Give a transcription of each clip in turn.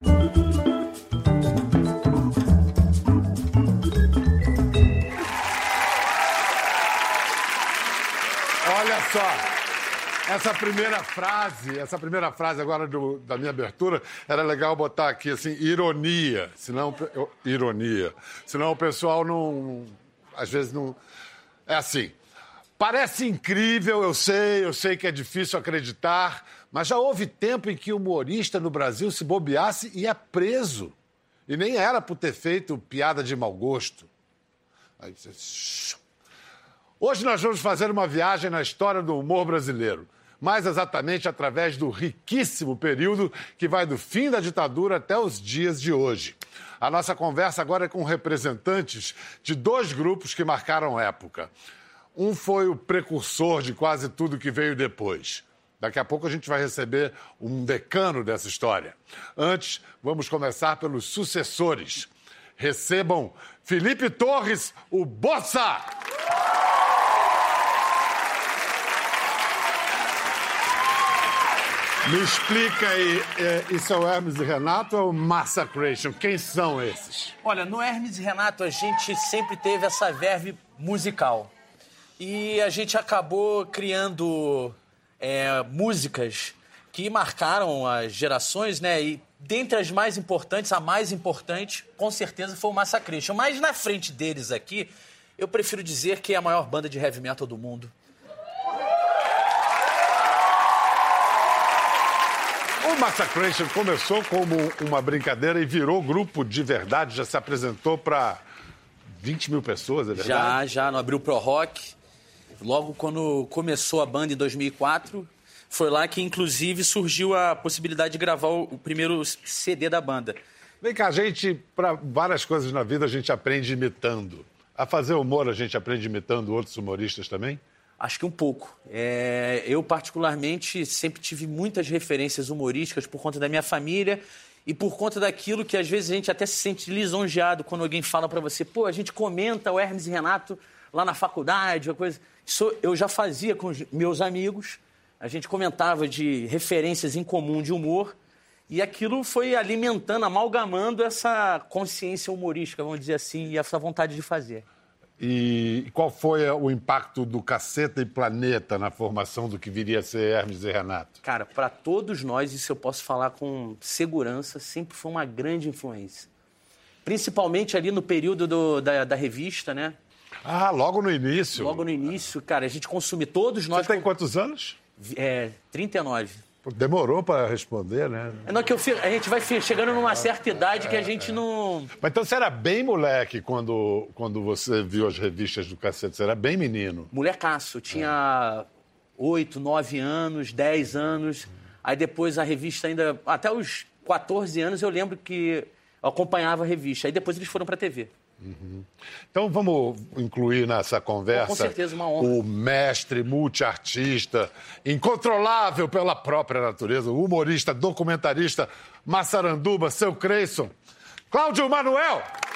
Olha só. Essa primeira frase agora da minha abertura, era legal botar aqui, assim, ironia. Senão o pessoal não... Às vezes não... É assim, parece incrível, eu sei que é difícil acreditar, mas já houve tempo em que o humorista no Brasil, se bobeasse, ia preso. E nem era por ter feito piada de mau gosto. Aí você... Hoje nós vamos fazer uma viagem na história do humor brasileiro. Mais exatamente através do riquíssimo período que vai do fim da ditadura até os dias de hoje. A nossa conversa agora é com representantes de dois grupos que marcaram época. Um foi o precursor de quase tudo que veio depois. Daqui a pouco a gente vai receber um decano dessa história. Antes, vamos começar pelos sucessores. Recebam Felipe Torres, o Bossa! Me explica aí, isso é o Hermes e Renato ou é o Massacration? Quem são esses? Olha, no Hermes e Renato a gente sempre teve essa verve musical. E a gente acabou criando músicas que marcaram as gerações, né? E dentre as mais importantes, a mais importante, com certeza, foi o Massacration. Mas na frente deles aqui, eu prefiro dizer que é a maior banda de heavy metal do mundo. O Massacration começou como uma brincadeira e virou grupo de verdade, já se apresentou para 20 mil pessoas, é verdade? Já, no Abril Pro Rock. Logo quando começou a banda em 2004, foi lá que, inclusive, surgiu a possibilidade de gravar o primeiro CD da banda. Vem cá, para várias coisas na vida, a gente aprende imitando. A fazer humor, a gente aprende imitando outros humoristas também? Acho que um pouco. Eu, particularmente, sempre tive muitas referências humorísticas por conta da minha família e por conta daquilo que, às vezes, a gente até se sente lisonjeado quando alguém fala pra você, pô, a gente comenta o Hermes e Renato lá na faculdade, uma coisa... Isso eu já fazia com os meus amigos, a gente comentava de referências em comum de humor e aquilo foi alimentando, amalgamando essa consciência humorística, vamos dizer assim, e essa vontade de fazer. E qual foi o impacto do Caceta e Planeta na formação do que viria a ser Hermes e Renato? Cara, para todos nós, isso eu posso falar com segurança, sempre foi uma grande influência. Principalmente ali no período da revista, né? Ah, logo no início? Logo no início, cara, a gente consumia, todos nós... Você tem quantos anos? 39. Demorou para responder, né? A gente vai chegando numa certa idade que a gente não... Mas então você era bem moleque quando você viu as revistas do Cacete? Você era bem menino? Molecaço. Tinha 8, 9 anos, 10 anos. Aí depois a revista ainda... Até os 14 anos eu lembro que eu acompanhava a revista. Aí depois eles foram para a TV. Uhum. Então vamos incluir nessa conversa com certeza, uma honra. O mestre, multiartista, incontrolável pela própria natureza, o humorista, documentarista, Massaranduba, seu Creyson, Cláudio Manuel.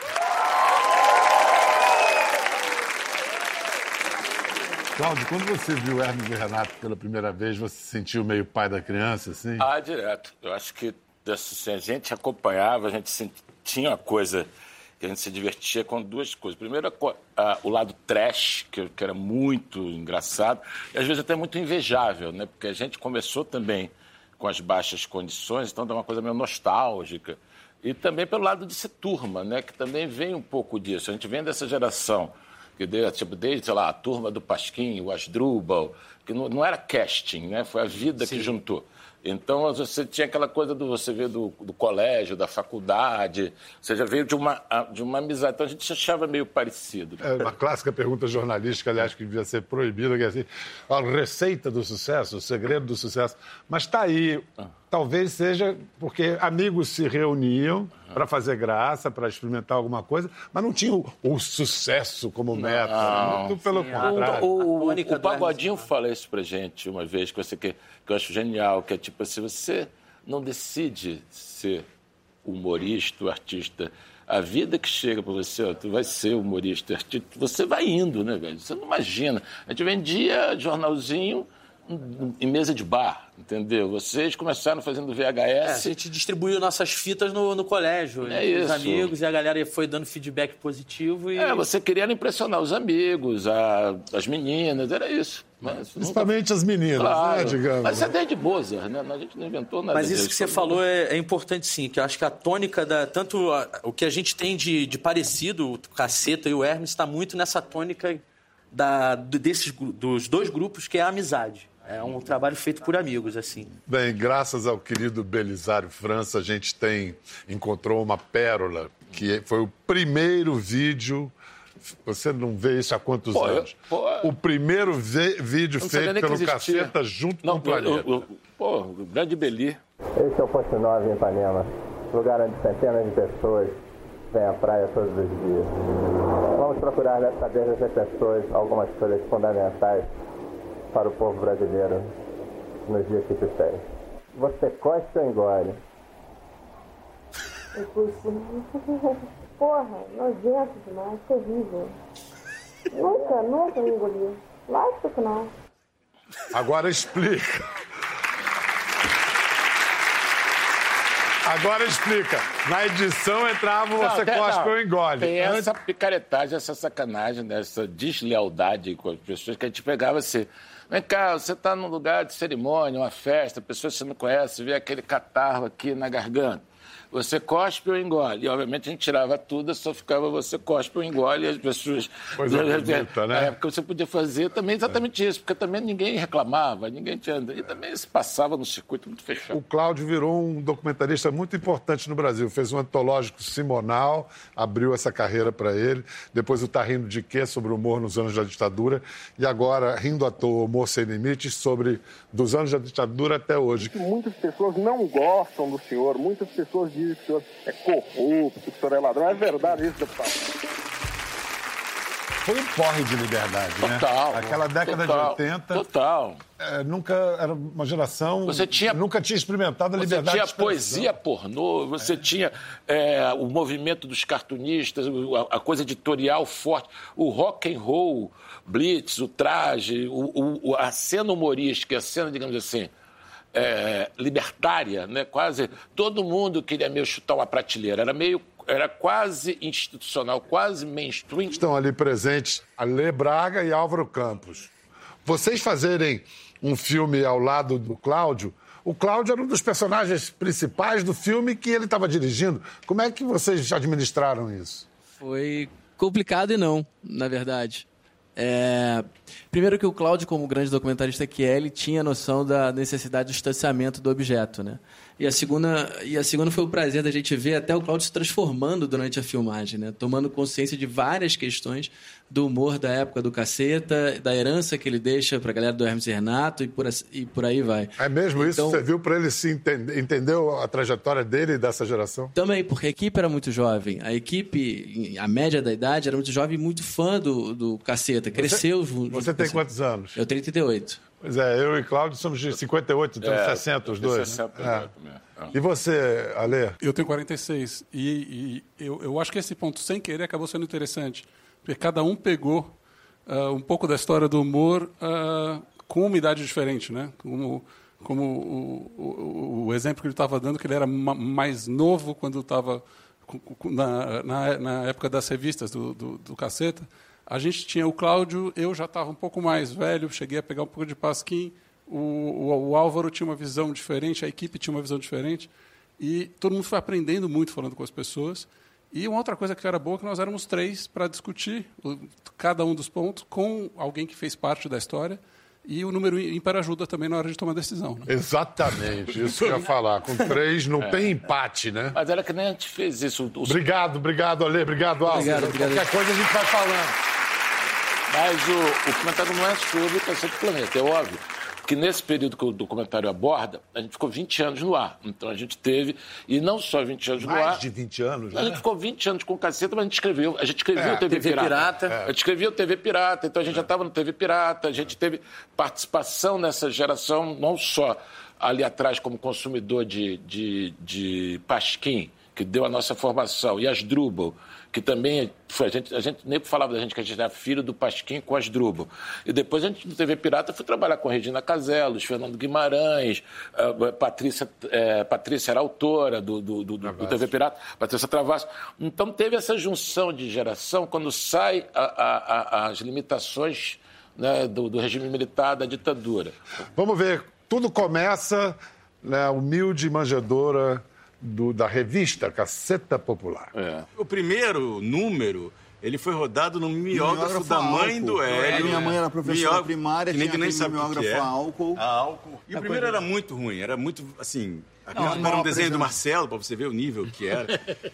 Cláudio, quando você viu Hermes e Renato pela primeira vez, você se sentiu meio pai da criança, assim? Ah, direto. Eu acho que assim, a gente acompanhava, a gente tinha uma coisa... que a gente se divertia com duas coisas. Primeiro, o lado trash, que era muito engraçado, e às vezes até muito invejável, né? Porque a gente começou também com as baixas condições, então dá uma coisa meio nostálgica. E também pelo lado de ser turma, né? Que também vem um pouco disso. A gente vem dessa geração, que desde, sei lá, a turma do Pasquim, o Asdrubal, que não era casting, né? Foi a vida Sim. que juntou. Então, você tinha aquela coisa você ver do colégio, da faculdade, você já veio de uma amizade. Então, a gente achava meio parecido. É uma clássica pergunta jornalística, aliás, que devia ser proibida, que é assim, a receita do sucesso, o segredo do sucesso. Mas está aí, talvez seja porque amigos se reuniam para fazer graça, para experimentar alguma coisa, mas não tinham o sucesso como meta. Muito pelo contrário. O Pagodinho fala isso pra gente uma vez, que eu acho genial, que é tipo assim, você não decide ser humorista, artista. A vida que chega para você, ó, tu vai ser humorista, artista, você vai indo, né, velho? Você não imagina. A gente vendia jornalzinho em mesa de bar, entendeu? Vocês começaram fazendo VHS. A gente distribuiu nossas fitas no colégio, os amigos, e a galera foi dando feedback positivo. E... você queria impressionar os amigos, as meninas, era isso. Mas principalmente as meninas, claro, né, digamos. Mas isso é desde Mozart, né? A gente não inventou nada. Mas isso que você falou é importante, sim, que eu acho que a tônica o que a gente tem de parecido, o Caceta e o Hermes, está muito nessa tônica dos dois grupos, que é a amizade. É um trabalho feito por amigos, assim. Bem, graças ao querido Belisário França, a gente encontrou uma pérola, que foi o primeiro vídeo. Você não vê isso há quantos anos? O primeiro vídeo feito pelo Caceta junto com o Planeta. O grande Beli. Esse é o Ponte Nova, em Ipanema, lugar onde centenas de pessoas vêm à praia todos os dias. Vamos procurar saber dessas pessoas algumas coisas fundamentais para o povo brasileiro nos dias que se seguem. Você cospe ou engole? Porra, nojento demais, terrível. Nunca me engoli. Lógico que não. Agora explica. Na edição entrava você cospe ou engole. Tem essa picaretagem, essa sacanagem, essa deslealdade com as pessoas que a gente pegava assim. Vem cá, você está num lugar de cerimônia, uma festa, pessoas que você não conhece, vê aquele catarro aqui na garganta. Você cospe ou engole? E, obviamente, a gente tirava tudo, só ficava você cospe ou engole, e as pessoas... Coisa bonita, né? Porque você podia fazer também exatamente isso, porque também ninguém reclamava, ninguém tinha... E também se passava no circuito muito fechado. O Cláudio virou um documentarista muito importante no Brasil. Fez um antológico Simonal, abriu essa carreira para ele. Depois o Tá Rindo de Quê? Sobre o humor nos anos da ditadura. E agora, Rindo à Toa, Humor Sem Limites, sobre dos anos da ditadura até hoje. Muitas pessoas não gostam do senhor, muitas pessoas dizem que o senhor é corrupto, que o senhor é ladrão. É verdade isso, deputado? Foi um porre de liberdade, total, né? Aquela década de 80... Total. Nunca era uma geração... nunca tinha experimentado a liberdade. Você tinha poesia pornô, você tinha o movimento dos cartunistas, a coisa editorial forte, o rock and roll, blitz, o traje, a cena humorística, a cena, digamos assim... libertária, né? Quase todo mundo queria meio chutar uma prateleira. Era quase institucional, quase mainstream. Estão ali presentes Alê Braga e Álvaro Campos. Vocês fazerem um filme ao lado do Cláudio, o Cláudio era um dos personagens principais do filme que ele estava dirigindo. Como é que vocês administraram isso? Foi complicado e não, na verdade. Primeiro que o Cláudio, como grande documentarista que ele tinha noção da necessidade do distanciamento do objeto, né? E a segunda foi o prazer da gente ver até o Cláudio se transformando durante a filmagem, né? Tomando consciência de várias questões do humor da época do Caceta, da herança que ele deixa para a galera do Hermes e Renato e por aí vai. É mesmo isso? Então, você viu para ele se entendeu a trajetória dele e dessa geração? Também, porque a equipe era muito jovem. A equipe, a média da idade, era muito jovem e muito fã do Caceta. Cresceu junto. Você tem quantos anos? Eu tenho 38. Pois é, eu e Cláudio somos de 58, temos 60 os dois. 60 né? E você, Alê? Eu tenho 46. E eu acho que esse ponto, sem querer, acabou sendo interessante. Porque cada um pegou um pouco da história do humor com uma idade diferente, né? Como o exemplo que ele estava dando, que ele era mais novo quando estava na época das revistas do Caceta. A gente tinha o Cláudio, eu já estava um pouco mais velho, cheguei a pegar um pouco de Pasquim, o Álvaro tinha uma visão diferente, a equipe tinha uma visão diferente, e todo mundo foi aprendendo muito falando com as pessoas. E uma outra coisa que era boa é que nós éramos 3 para discutir cada um dos pontos com alguém que fez parte da história, e o número ímpar ajuda também na hora de tomar decisão. Né? Exatamente, isso que eu ia falar. Com 3 não tem empate, né? Mas era que nem a gente fez isso. Obrigado, Alê. Obrigado, Álvaro. Qualquer coisa a gente vai falando. Mas o comentário não é sobre o Cacete do Planeta, é óbvio. Que nesse período que o documentário aborda, a gente ficou 20 anos no ar. Então a gente teve, e não só 20 anos no ar... Mais de 20 anos, né? A gente ficou 20 anos com o Caceta, mas a gente escreveu o TV Pirata. A gente escreveu o TV Pirata, então a gente já estava no TV Pirata, a gente teve participação nessa geração, não só ali atrás como consumidor de Pasquim que deu a nossa formação, e Asdrubal, que também foi, a gente nem falava da gente que a gente era filho do Pasquim com Asdrubal. E depois a gente, no TV Pirata, foi trabalhar com Regina Casellos, Fernando Guimarães, Patrícia era autora do TV Pirata, Patrícia Travassos. Então teve essa junção de geração quando sai as limitações, né, do regime militar, da ditadura. Vamos ver, tudo começa na humilde manjedoura da revista Caceta Popular. O primeiro número, ele foi rodado no mimeógrafo da mãe do Hélio. Minha mãe era professora primária, que ninguém nem sabe mimeógrafo a álcool. E o primeiro era muito ruim, era muito, assim... Era um desenho do Marcelo, para você ver o nível que era.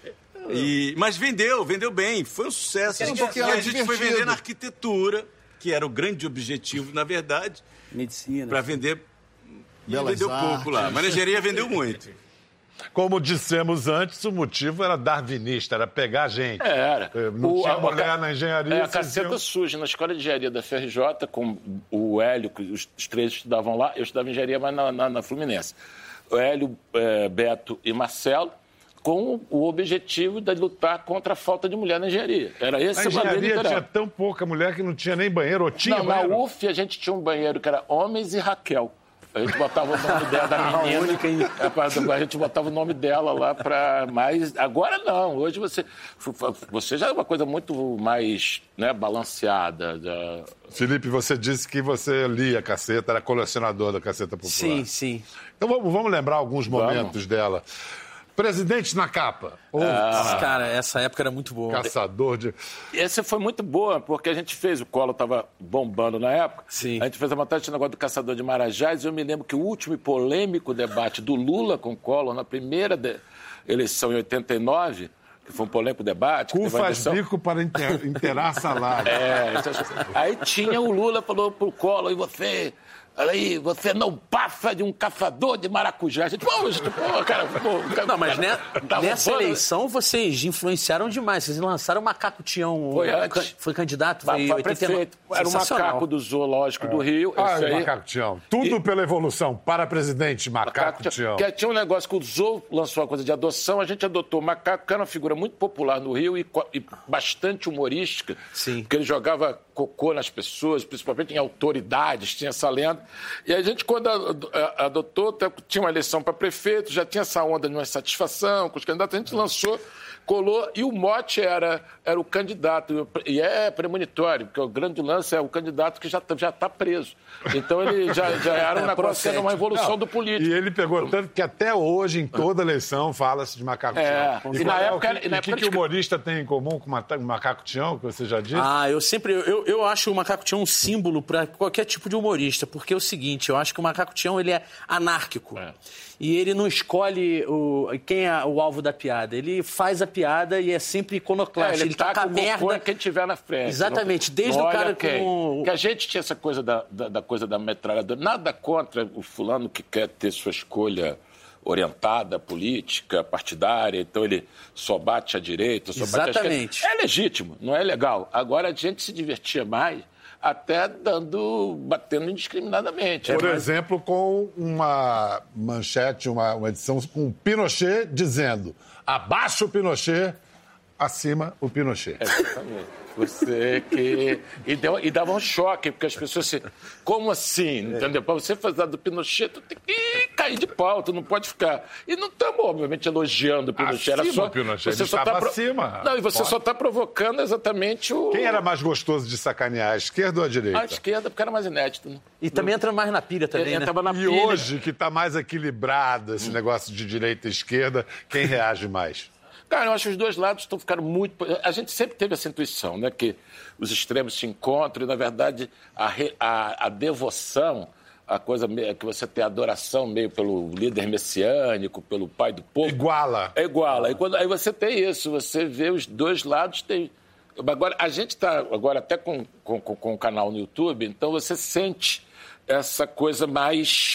Mas vendeu bem, foi um sucesso. A gente foi vender na arquitetura, que era o grande objetivo, na verdade. Medicina. Para vender... vendeu pouco lá, mas a engenharia vendeu muito. Como dissemos antes, o motivo era darwinista, era pegar gente. Era. Não tinha mulher na engenharia. A Caceta surge na Escola de Engenharia da FRJ, com o Hélio, que os três estudavam lá. Eu estudava engenharia, mas na Fluminense. O Hélio, Beto e Marcelo, com o objetivo de lutar contra a falta de mulher na engenharia. Era esse o banheiro. Na engenharia tinha tão pouca mulher que não tinha nem banheiro, ou tinha banheiro? Na UF a gente tinha um banheiro que era homens e Raquel. A gente botava o nome dela, da menina, a gente botava o nome dela lá para mais... Agora não, hoje você já é uma coisa muito mais, né, balanceada. Felipe, você disse que você lia a Caceta, era colecionador da Caceta Popular. Sim, sim. Então vamos lembrar alguns momentos dela. Presidente na capa. Cara, essa época era muito boa. Caçador de... Essa foi muito boa, porque a gente fez, o Collor estava bombando na época. Sim. A gente fez a matéria do negócio do Caçador de Marajás, e eu me lembro que o último e polêmico debate do Lula com o Collor, na primeira eleição em 89, que foi um polêmico debate... Cu faz bico para inteirar salário. Aí tinha o Lula, falou pro Collor, e você não passa de um caçador de maracujá. A gente, cara... Não, mas nessa eleição vocês influenciaram demais. Vocês lançaram o Macaco Tião. Foi candidato, foi prefeito. Era o macaco do Zoológico do Rio. O Macaco Tião. Tudo pela evolução. Para presidente, Macaco Tião. Que tinha um negócio que o Zoo lançou uma coisa de adoção. A gente adotou o Macaco, que era uma figura muito popular no Rio e bastante humorística. Sim. Porque ele jogava cocô nas pessoas, principalmente em autoridades, tinha essa lenda. E a gente, quando adotou, tinha uma eleição para prefeito, já tinha essa onda de uma insatisfação com os candidatos, a gente lançou, colou, e o mote era o candidato. E é premonitório, porque o grande lance é o candidato que já está preso. Então ele já era um negócio que era uma evolução do político. E ele pegou tanto que até hoje, em toda eleição, fala-se de Macaco Tião. E na época... O que o humorista tem em comum com o Macaco Tião, que você já disse? Eu acho o Macaco Tião um símbolo para qualquer tipo de humorista, porque é o seguinte, eu acho que o Macaco Tião ele é anárquico. E ele não escolhe quem é o alvo da piada. Ele faz a piada e é sempre iconoclasta. Ele tá com a merda quem tiver na frente. Exatamente. Desde o cara que a gente tinha essa coisa da coisa da metralhadora. Nada contra o fulano que quer ter sua escolha orientada, política, partidária, então ele só bate à direita, só bate à esquerda. É legítimo, não é legal. Agora a gente se divertia mais até batendo indiscriminadamente. Por exemplo, com uma manchete, uma edição com o Pinochet dizendo: abaixo o Pinochet, acima o Pinochet. Exatamente. E dava um choque, porque as pessoas assim, como assim? Entendeu? Para você fazer do Pinochet, tu tem que cair de pau, tu não pode ficar. E não estamos, obviamente, elogiando o Pinochet. Acima era só, o Pinochet, você ele só estava acima. Não, e você só está provocando exatamente o... Quem era mais gostoso de sacanear, a esquerda ou a direita? A esquerda, porque era mais inédito. Né? E também entra mais na pilha também, né? E hoje, que está mais equilibrado esse negócio de direita e esquerda, quem reage mais? Cara, eu acho que os dois lados estão ficando muito... A gente sempre teve essa intuição, né? Que os extremos se encontram e, na verdade, a devoção, a coisa que você tem a adoração meio pelo líder messiânico, pelo pai do povo... Iguala. Aí você tem isso, você vê os dois lados... Agora, a gente está agora até com o canal no YouTube, então você sente essa coisa mais...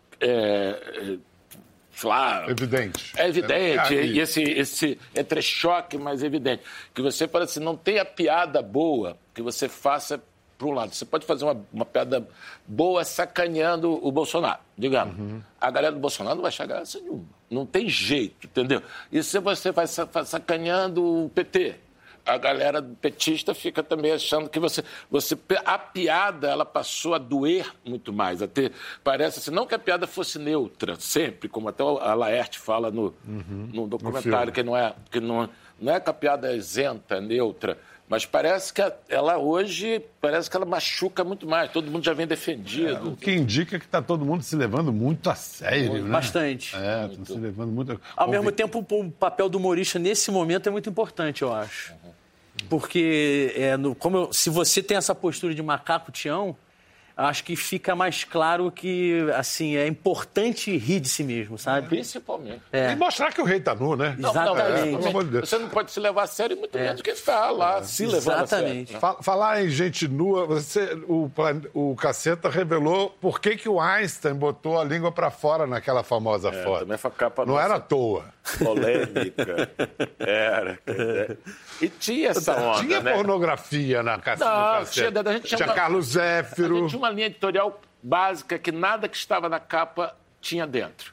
evidente. É evidente. E esse entrechoque mais evidente. Que você fala assim, não tem a piada boa que você faça para um lado. Você pode fazer uma piada boa sacaneando o Bolsonaro, digamos. A galera do Bolsonaro não vai achar graça nenhuma. Não tem jeito, entendeu? E se você vai sacaneando o PT, a galera petista fica também achando que a piada, ela passou a doer muito mais, parece assim, não que a piada fosse neutra, sempre, como até a Laerte fala no documentário, que não é que a piada é isenta, é neutra, mas parece que ela hoje, machuca muito mais, todo mundo já vem defendido. O que indica que está todo mundo se levando muito a sério, né? Bastante. Estão se levando muito... Ao mesmo tempo, o papel do humorista nesse momento é muito importante, eu acho. Porque se você tem essa postura de macaco Tião, acho que fica mais claro que, assim, é importante rir de si mesmo, sabe? Principalmente. E mostrar que o rei tá nu, né? Exatamente. Pelo amor de Deus. Você não pode se levar a sério, muito menos que está lá se levando a sério. Exatamente. Falar em gente nua, o Caceta revelou por que o Einstein botou a língua pra fora naquela famosa foto. Também foi capa não era à toa. Polêmica. Era. E tinha essa onda, Tinha pornografia na Caceta. Tinha Carlos Zéfiro. A gente tinha uma linha editorial básica que nada que estava na capa tinha dentro.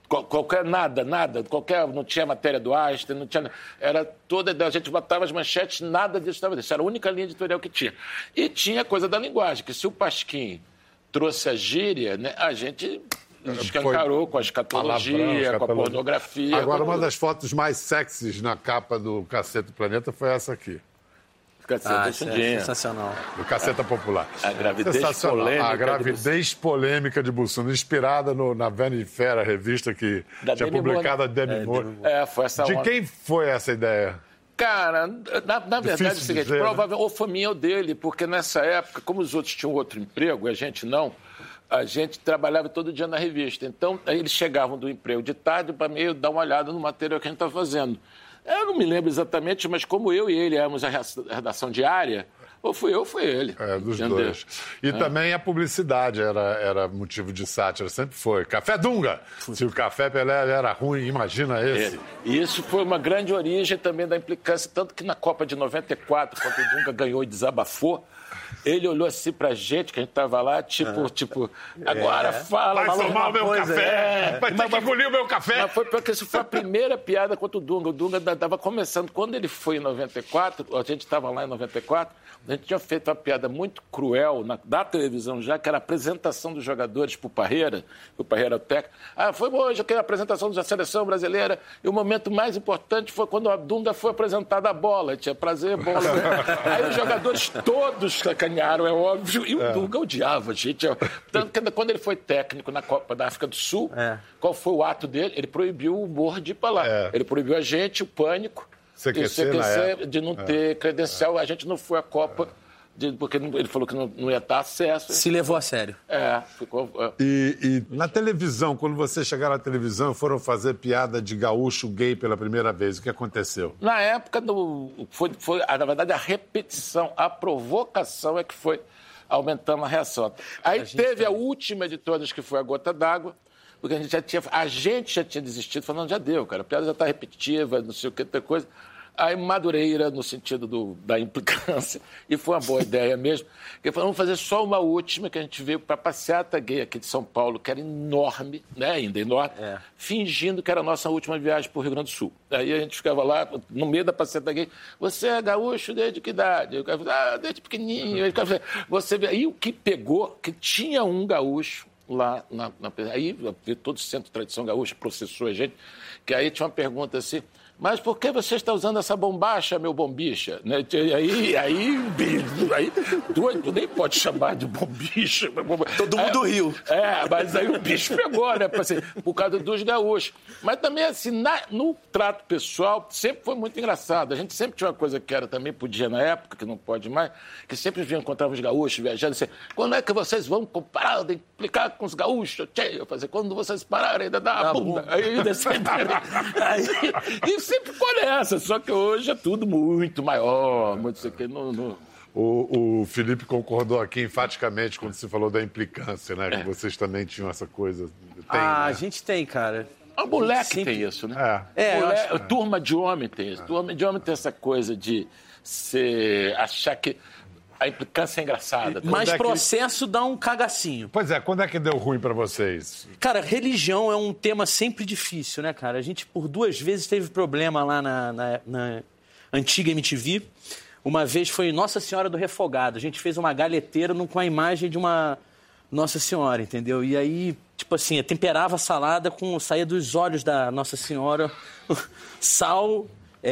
Não tinha matéria do Einstein, não tinha... Era toda... A gente botava as manchetes, nada disso estava dentro. Era a única linha editorial que tinha. E tinha coisa da linguagem, que se o Pasquim trouxe a gíria, né, a gente... escancarou com a escatologia, com a pornografia. Agora, uma das fotos mais sexys na capa do Caceta do Planeta foi essa aqui. Sensacional. Do Caceta Popular. A gravidez polêmica. A gravidez polêmica de Bussunda, inspirada na Vanity Fair, a revista que tinha publicado a Demi Moore. Foi essa de quem foi essa ideia? Cara, na verdade é o seguinte, dizer, provavelmente ou foi minha ou dele, porque nessa época, como os outros tinham outro emprego e a gente não, a gente trabalhava todo dia na revista. Então, aí eles chegavam do emprego de tarde para meio dar uma olhada no material que a gente estava fazendo. Eu não me lembro exatamente, mas como eu e ele éramos a redação diária, ou fui eu ou foi ele. Dos dois. E também a publicidade era motivo de sátira, sempre foi. Café Dunga! Se o Café Pelé era ruim, imagina esse. E isso foi uma grande origem também da implicância, tanto que na Copa de 94, quando o Dunga ganhou e desabafou, ele olhou assim pra gente, que a gente tava lá, agora fala. Vai tomar o meu café! Vai ter que engolir o meu café! Mas foi porque isso foi a primeira piada contra o Dunga. O Dunga estava começando. Quando ele foi em 94, a gente estava lá em 94, a gente tinha feito uma piada muito cruel da televisão já, que era a apresentação dos jogadores pro Parreira, o Parreira técnico. Foi hoje aquela apresentação da seleção brasileira, e o momento mais importante foi quando a Dunga foi apresentada a bola. Tinha prazer, bola. Aí os jogadores todos sacanearam, é óbvio, e o Dunga odiava, gente. Tanto que quando ele foi técnico na Copa da África do Sul, qual foi o ato dele? Ele proibiu o humor de ir para lá. Ele proibiu a gente, o Pânico, CQC de não ter credencial. A gente não foi à Copa, porque ele falou que não ia dar acesso. Se levou a sério. E na televisão, quando vocês chegaram à televisão e foram fazer piada de gaúcho gay pela primeira vez, o que aconteceu? Na época, foi na verdade, a repetição, a provocação é que foi aumentando a reação. Aí teve a última de todas, que foi a Gota d'Água, porque a gente já tinha desistido, falando, já deu, cara, a piada já está repetitiva, não sei o que, outra coisa. Aí Madureira, no sentido da implicância, e foi uma boa ideia mesmo, que falou, vamos fazer só uma última, que a gente veio para a passeata gay aqui de São Paulo, que era enorme, né, ainda enorme, fingindo que era a nossa última viagem para o Rio Grande do Sul. Aí a gente ficava lá, no meio da passeata gay, você é gaúcho desde que idade? Eu falava, desde pequenininho. Aí o que pegou, que tinha um gaúcho lá, aí todo o Centro de Tradição Gaúcha processou a gente, que aí tinha uma pergunta assim, mas por que você está usando essa bombacha, meu bombicha? Né? Aí tu nem pode chamar de bombicha. Todo mundo riu. Mas aí o bicho pegou, né? Assim, por causa dos gaúchos. Mas também, assim, no trato pessoal, sempre foi muito engraçado. A gente sempre tinha uma coisa que era também, podia na época, que não pode mais, que sempre encontrava os gaúchos viajando, assim, quando é que vocês vão parar de implicar com os gaúchos? Eu fazia, quando vocês pararem de dar a bunda. Aí sempre foi essa, só que hoje é tudo muito maior, muito isso aqui. O Felipe concordou aqui enfaticamente quando se falou da implicância, né? Que vocês também tinham essa coisa. A gente tem, cara. A moleque tem isso, né? Turma de homem tem isso. Turma de homem tem essa coisa de achar que... A implicância é engraçada. Mas processo dá um cagacinho. Pois é, quando é que deu ruim pra vocês? Cara, religião é um tema sempre difícil, né, cara? A gente, por 2 vezes, teve problema lá na antiga MTV. Uma vez foi Nossa Senhora do Refogado. A gente fez uma galheteira com a imagem de uma Nossa Senhora, entendeu? E aí, tipo assim, temperava a salada saía dos olhos da Nossa Senhora sal,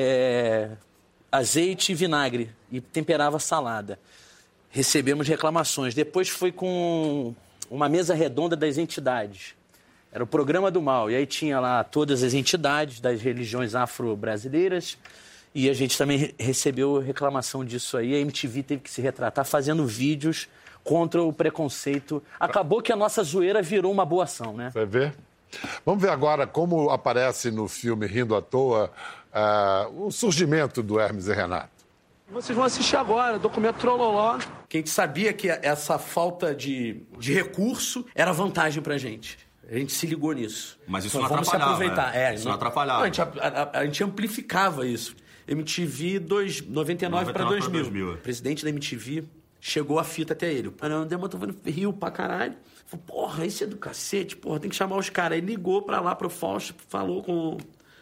azeite e vinagre. E temperava a salada. Recebemos reclamações. Depois foi com uma mesa redonda das entidades. Era o Programa do Mal. E aí tinha lá todas as entidades das religiões afro-brasileiras. E a gente também recebeu reclamação disso aí. A MTV teve que se retratar fazendo vídeos contra o preconceito. Acabou que a nossa zoeira virou uma boa ação, né? Vai ver? Vamos ver agora como aparece no filme Rindo à Toa o surgimento do Hermes e Renato. Vocês vão assistir agora, documento Trololó. Que a gente sabia que essa falta de recurso era vantagem pra gente. A gente se ligou nisso. Mas isso então, não atrapalhava, vamos se aproveitar. né? Isso não atrapalhava. Não, a gente amplificava isso. MTV 99 para 2000. O presidente da MTV chegou a fita até ele. O Andema riu pra caralho. Falou, porra, isso é do cacete, porra, tem que chamar os caras. Aí ligou pra lá pro Fausto, falou com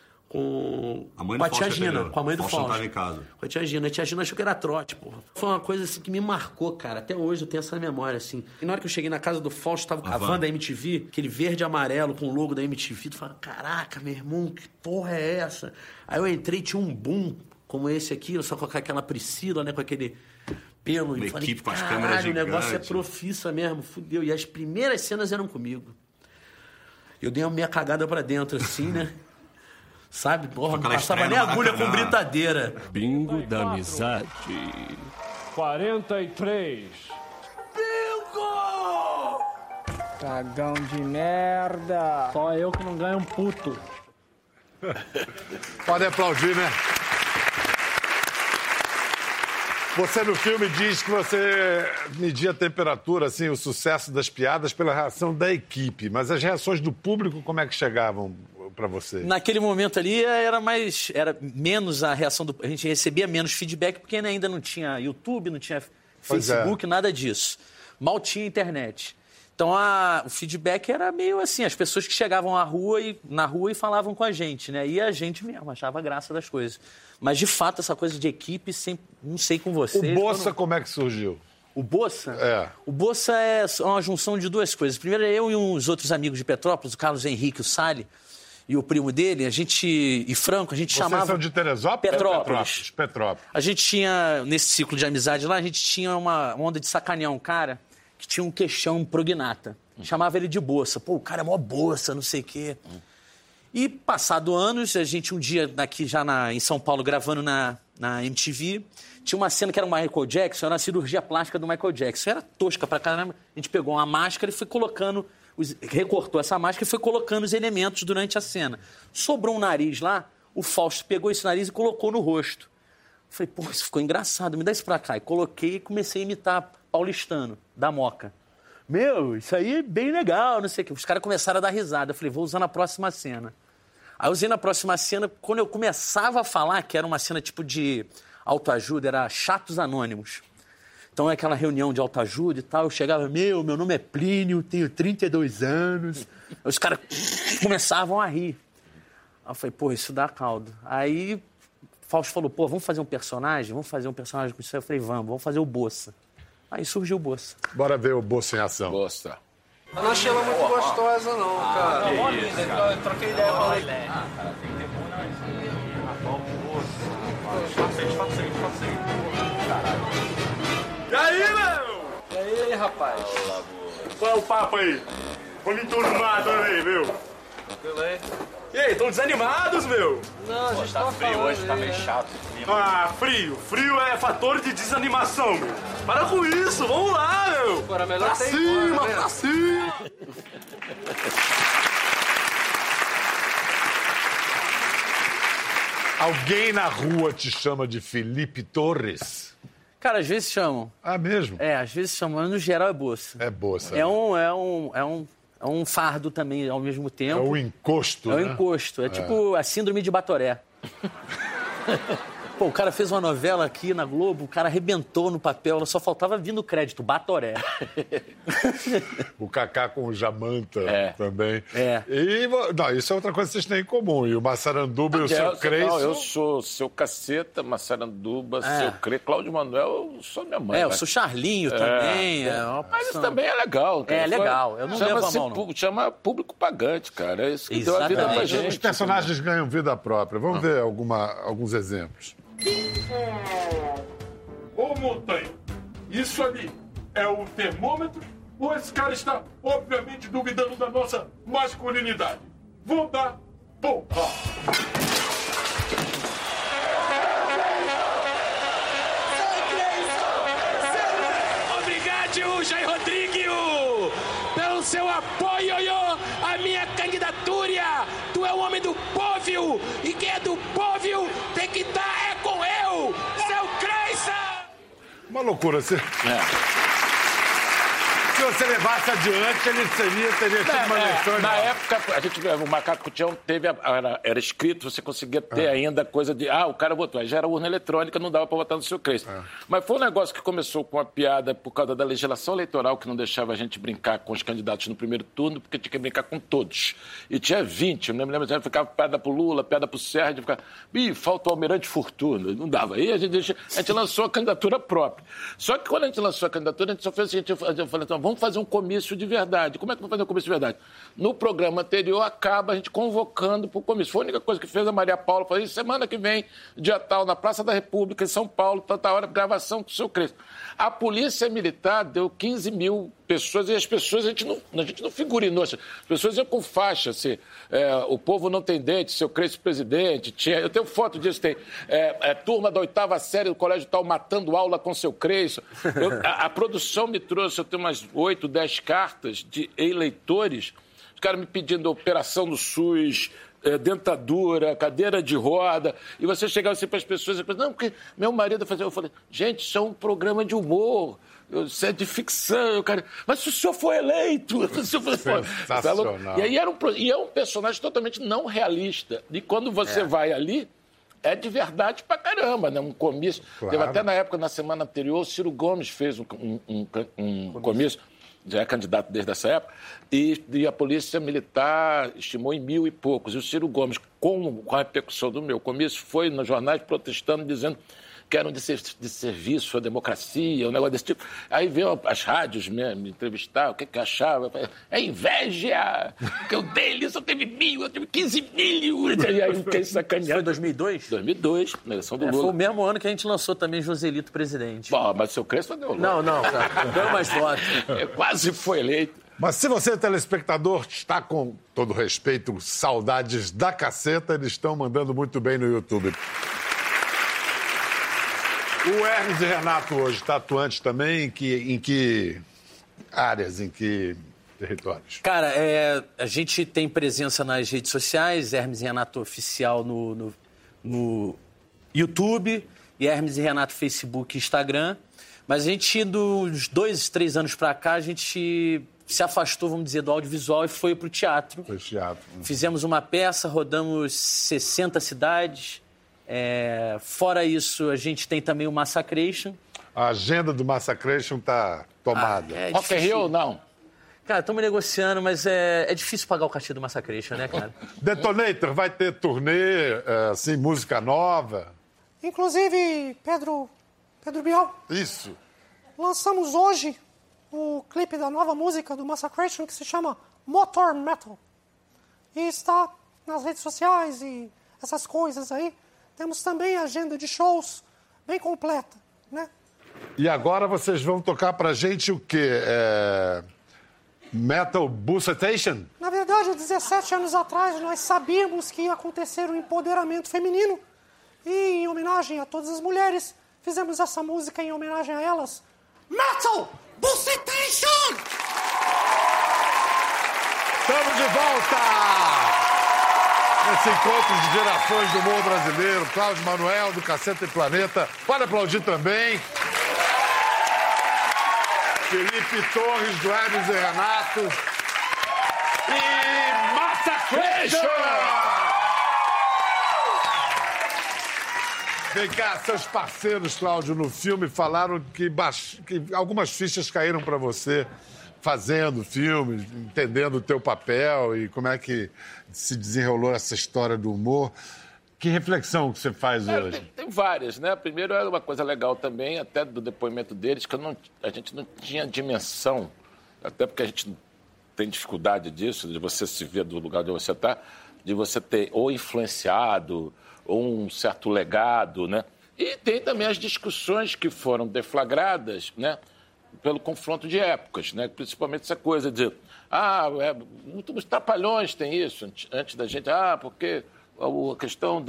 a tia Gina, com a mãe do Fausto. Não tava em casa. Com a tia Gina. A tia Gina achou que era trote, porra. Foi uma coisa assim que me marcou, cara. Até hoje eu tenho essa memória, assim. E na hora que eu cheguei na casa do Fausto, tava a van da MTV, aquele verde e amarelo com o logo da MTV. Tu fala, caraca, meu irmão, que porra é essa? Aí eu entrei, tinha um boom como esse aqui, só com aquela Priscila, né, com aquele pelo. Uma e falei, equipe com as câmeras gigantes. O negócio é profissa mesmo, fudeu. E as primeiras cenas eram comigo. Eu dei a minha cagada pra dentro, assim, né? Sabe? Porra, não passava nem agulha com britadeira. Bingo da amizade. 43. Bingo! Cagão de merda. Só eu que não ganho um puto. Pode aplaudir, né? Você no filme diz que você media a temperatura, assim, o sucesso das piadas pela reação da equipe. Mas as reações do público, como é que chegavam para você? Naquele momento ali era menos a reação a gente recebia menos feedback porque ainda não tinha YouTube, não tinha Facebook, nada disso. Mal tinha internet. Então o feedback era meio assim, as pessoas que chegavam na rua e falavam com a gente, né? E a gente mesmo achava graça das coisas. Mas de fato essa coisa de equipe, sempre, não sei com vocês. O Bossa como é que surgiu? O Bossa? É. O Bossa é uma junção de 2 coisas. Primeiro, eu e uns outros amigos de Petrópolis, o Carlos Henrique, o Sali, e o primo dele, e Franco, a gente chamava... Vocês são de Teresópolis? Petrópolis. A gente tinha, nesse ciclo de amizade lá, a gente tinha uma onda de sacanear um cara que tinha um queixão prognata. Chamava ele de Bossa. Pô, o cara é mó Bossa, não sei o quê. E, passado anos, a gente um dia, aqui já em São Paulo, gravando na MTV, tinha uma cena que era o Michael Jackson, era a cirurgia plástica do Michael Jackson. Era tosca pra caramba. A gente pegou uma máscara e foi colocando... recortou essa máscara e foi colocando os elementos durante a cena. Sobrou um nariz lá, o Fausto pegou esse nariz e colocou no rosto. Falei, pô, isso ficou engraçado, me dá isso pra cá. E coloquei e comecei a imitar paulistano, da Moca. Meu, isso aí é bem legal, não sei o quê. Os caras começaram a dar risada. Eu falei, vou usar na próxima cena. Aí eu usei na próxima cena, quando eu começava a falar, que era uma cena tipo de autoajuda, era Chatos Anônimos. Então é aquela reunião de autoajuda e tal, eu chegava, meu nome é Plínio, tenho 32 anos. Os caras começavam a rir. Aí eu falei, pô, isso dá caldo. Aí Fausto falou, pô, vamos fazer um personagem com isso aí. Eu falei, vamos fazer o Bossa. Aí surgiu o Bossa. Bora ver o Bossa em ação. Bossa. Eu não achei ela muito gostosa, não, cara. Eu troquei ideia com ela. Cara, tem que ter bom Faça aí. Caralho. E aí, meu? E aí, rapaz? Qual é o papo aí? Vamos enturmado aí, meu. Tranquilo aí? E aí, tão desanimados, meu? Não, a gente tá frio hoje, tá meio chato. Ah, frio. Frio é fator de desanimação, meu. Para com isso, vamos lá, meu. Agora, melhor pra cima, pra cima. Alguém na rua te chama de Felipe Torres? Cara, às vezes chamam. Ah, mesmo? É, às vezes chamam, mas no geral é Bossa. É Bossa. É um fardo também, ao mesmo tempo. É o encosto, É né? o encosto. É tipo a síndrome de Batoré. Pô, o cara fez uma novela aqui na Globo, o cara arrebentou no papel, só faltava vir no crédito, Batoré. O Kaká com o Jamanta também. É. E, não, isso é outra coisa que vocês têm em comum. E o Massaranduba e o Seu Creyson... Não, eu sou Seu Caceta, Massaranduba, Seu Creyson, Cláudio Manuel, eu sou minha mãe. Eu sou Charlinho também. Mas isso também é legal. Cara. É legal, eu não levo a mão, não. Chama público pagante, cara. É isso que deu a vida pra gente. Os personagens ganham vida própria. Vamos ver alguns exemplos. Ô, Montanha, isso ali é o termômetro ou esse cara está, obviamente, duvidando da nossa masculinidade? Vou dar porra! Obrigado, Jair Rodrigues, pelo seu apoio à minha candidatura. Tu é o homem do povo e quem é do povo tem que estar com eu, Seu Creyson! Uma loucura. Se você levasse adiante, ele teria tido uma eleição. Na época, o Macaco Tião era escrito, você conseguia ter ainda coisa de... o cara votou. Aí já era urna eletrônica, não dava para votar no Seu Creyson. Mas foi um negócio que começou com uma piada por causa da legislação eleitoral, que não deixava a gente brincar com os candidatos no primeiro turno, porque tinha que brincar com todos. E tinha 20, eu não me lembro, a gente ficava piada pro Lula, piada pro Sérgio, a gente ficava... falta o Almirante Fortuna. Não dava. Aí a gente lançou a candidatura própria. Só que quando a gente lançou a candidatura, a gente só fez o seguinte, eu falei, então, vamos fazer um comício de verdade. Como é que vamos fazer um comício de verdade? No programa anterior, acaba a gente convocando para o comício. Foi a única coisa que fez a Maria Paula. Falei, semana que vem, dia tal, na Praça da República, em São Paulo, tanta hora, gravação com o Seu Creyson. A Polícia Militar deu 15 mil pessoas e as pessoas, a gente não figurinou. As pessoas iam com faixa, assim, o povo não tem dente, Seu Creyson presidente. Eu tenho foto disso, tem turma da 8ª série do colégio tal matando aula com Seu Creyson. A produção me trouxe, eu tenho umas 8, 10 cartas de eleitores, os caras me pedindo operação no SUS, dentadura, cadeira de roda, e você chegava assim para as pessoas e não, porque meu marido fazia... Eu falei, gente, isso é um programa de humor, isso é de ficção, cara. Mas se o senhor for eleito... Sensacional. E aí é um personagem totalmente não realista. E quando você vai ali, é de verdade pra caramba, né? Um comício. Claro. Teve até na época, na semana anterior, o Ciro Gomes fez um comício. Já é candidato desde essa época, e a Polícia Militar estimou em 1.000 e poucos. E o Ciro Gomes, com a repercussão do meu comício, foi nos jornais protestando, dizendo que eram de serviço à democracia, um negócio desse tipo. Aí veio as rádios me entrevistar, o que achava. Eu falei, é inveja, porque o dele só teve 1.000, eu tive 15 mil. E aí fiquei sacaneando. Foi 2002? 2002, na eleição do Lula. Foi o mesmo ano que a gente lançou também Joselito presidente. Bom, mas o Seu Creyson deu logo. Não, cara, deu mais votos. Quase foi eleito. Mas se você, telespectador, está com todo respeito, saudades da caceta, eles estão mandando muito bem no YouTube. O Hermes e Renato hoje está atuante também em que áreas, em que territórios? Cara, a gente tem presença nas redes sociais, Hermes e Renato Oficial no YouTube, e Hermes e Renato Facebook e Instagram. Mas a gente, dos 2, 3 anos para cá, a gente se afastou, vamos dizer, do audiovisual e foi para o teatro. Foi teatro. Fizemos uma peça, rodamos 60 cidades. Fora isso, a gente tem também o Massacration. A agenda do Massacration está tomada. Rock in Rio, não? Cara, estamos negociando, mas é difícil pagar o cachê do Massacration, né, cara? Detonator vai ter turnê, assim, música nova? Inclusive, Pedro Bial. Isso. Lançamos hoje o clipe da nova música do Massacration, que se chama Motor Metal. E está nas redes sociais e essas coisas aí. Temos também a agenda de shows bem completa, né? E agora vocês vão tocar pra gente o quê? Metal Bussetation? Na verdade, há 17 anos atrás, nós sabíamos que ia acontecer um empoderamento feminino. E, em homenagem a todas as mulheres, fizemos essa música em homenagem a elas. Metal Bussetation! Estamos de volta! Nesse encontro de gerações do humor brasileiro, Cláudio Manuel, do Caceta e Planeta. Pode aplaudir também. Felipe Torres, do Hermes e Renato. E Massacration! Vem cá, seus parceiros, Cláudio, no filme falaram que algumas fichas caíram para você fazendo filme, entendendo o teu papel e como é que se desenrolou essa história do humor. Que reflexão que você faz hoje? Tem várias, né? Primeiro, era uma coisa legal também, até do depoimento deles, que a gente não tinha dimensão, até porque a gente tem dificuldade disso, de você se ver do lugar onde você está, de você ter ou influenciado, ou um certo legado, né? E tem também as discussões que foram deflagradas, né? Pelo confronto de épocas, né? Principalmente essa coisa de... os trapalhões têm isso, antes da gente... porque... a questão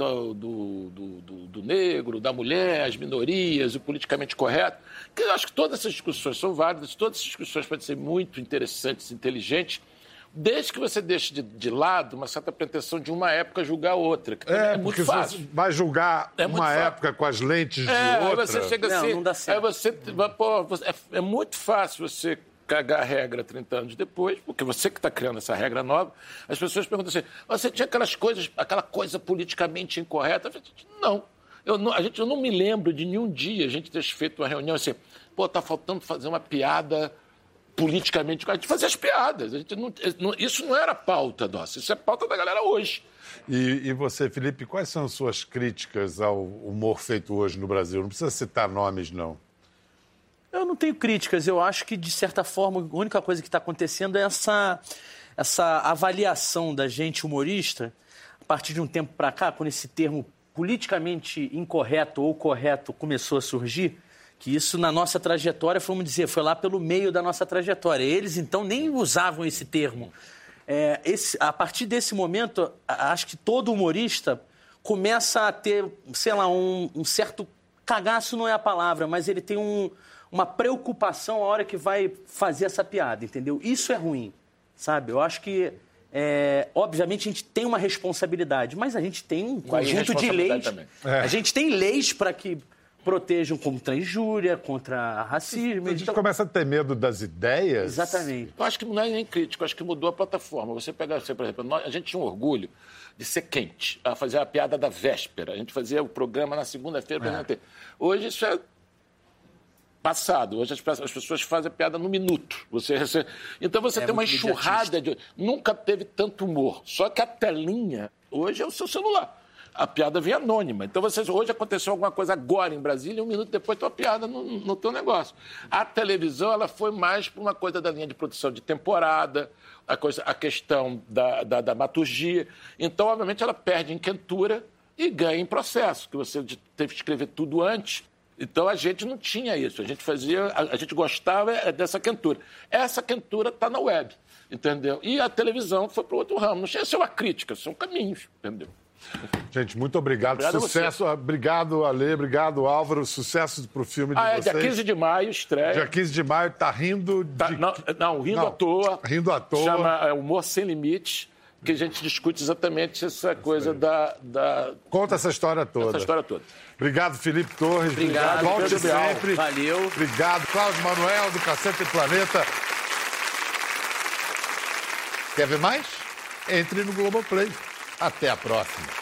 do negro, da mulher, as minorias, o politicamente correto, que eu acho que todas essas discussões são válidas, todas essas discussões podem ser muito interessantes, inteligentes, desde que você deixe de lado uma certa pretensão de uma época julgar outra. É muito fácil. Você vai julgar uma época com as lentes de outra... Aí você chega assim... Não dá certo. É muito fácil você... cagar a regra 30 anos depois, porque você que está criando essa regra nova, as pessoas perguntam assim, você tinha aquela coisa politicamente incorreta? Eu falei, eu não me lembro de nenhum dia a gente ter feito uma reunião assim, tá faltando fazer uma piada politicamente incorreta. A gente fazia as piadas, isso não era pauta nossa, isso é pauta da galera hoje. E você, Felipe, quais são as suas críticas ao humor feito hoje no Brasil? Não precisa citar nomes, não. Eu não tenho críticas. Eu acho que, de certa forma, a única coisa que está acontecendo é essa avaliação da gente humorista, a partir de um tempo para cá, quando esse termo politicamente incorreto ou correto começou a surgir, que isso, na nossa trajetória, vamos dizer, foi lá pelo meio da nossa trajetória. Eles, então, nem usavam esse termo. A partir desse momento, acho que todo humorista começa a ter, sei lá, um certo... Cagaço não é a palavra, mas ele tem uma preocupação a hora que vai fazer essa piada, entendeu? Isso é ruim, sabe? Eu acho que, obviamente, a gente tem uma responsabilidade, mas a gente tem um conjunto de leis. A gente tem leis para que protejam contra a injúria, contra racismo. A gente começa a ter medo das ideias. Exatamente. Eu acho que não é nem crítico, eu acho que mudou a plataforma. Você pega, por exemplo, a gente tinha um orgulho de ser quente, a fazer a piada da véspera. A gente fazia o programa na segunda-feira. Hoje isso é passado. Hoje as pessoas fazem a piada no minuto. Então você tem uma enxurrada de... Nunca teve tanto humor. Só que a telinha hoje é o seu celular. A piada vem anônima. Então, hoje aconteceu alguma coisa agora em Brasília e um minuto depois tem uma piada no teu negócio. A televisão, ela foi mais para uma coisa da linha de produção de temporada, a questão da dramaturgia. Então, obviamente, ela perde em quentura e ganha em processo, que você teve que escrever tudo antes. Então, a gente não tinha isso. A gente gostava dessa quentura. Essa quentura está na web, entendeu? E a televisão foi para o outro ramo. Não chega a ser uma crítica, são caminhos, entendeu? Gente, muito obrigado. Sucesso. Obrigado, Ale. Obrigado, Álvaro. Sucesso pro filme de vocês. Dia 15 de maio, estreia. Dia 15 de maio, tá rindo de... Rindo à toa. Rindo à toa. Chama Humor Sem Limites, que a gente discute exatamente essa coisa da... Conta essa história toda. Obrigado, Felipe Torres. Obrigado. Volte sempre. Valeu. Obrigado. Cláudio Manuel, do Cacete Planeta. Quer ver mais? Entre no Globoplay. Até a próxima.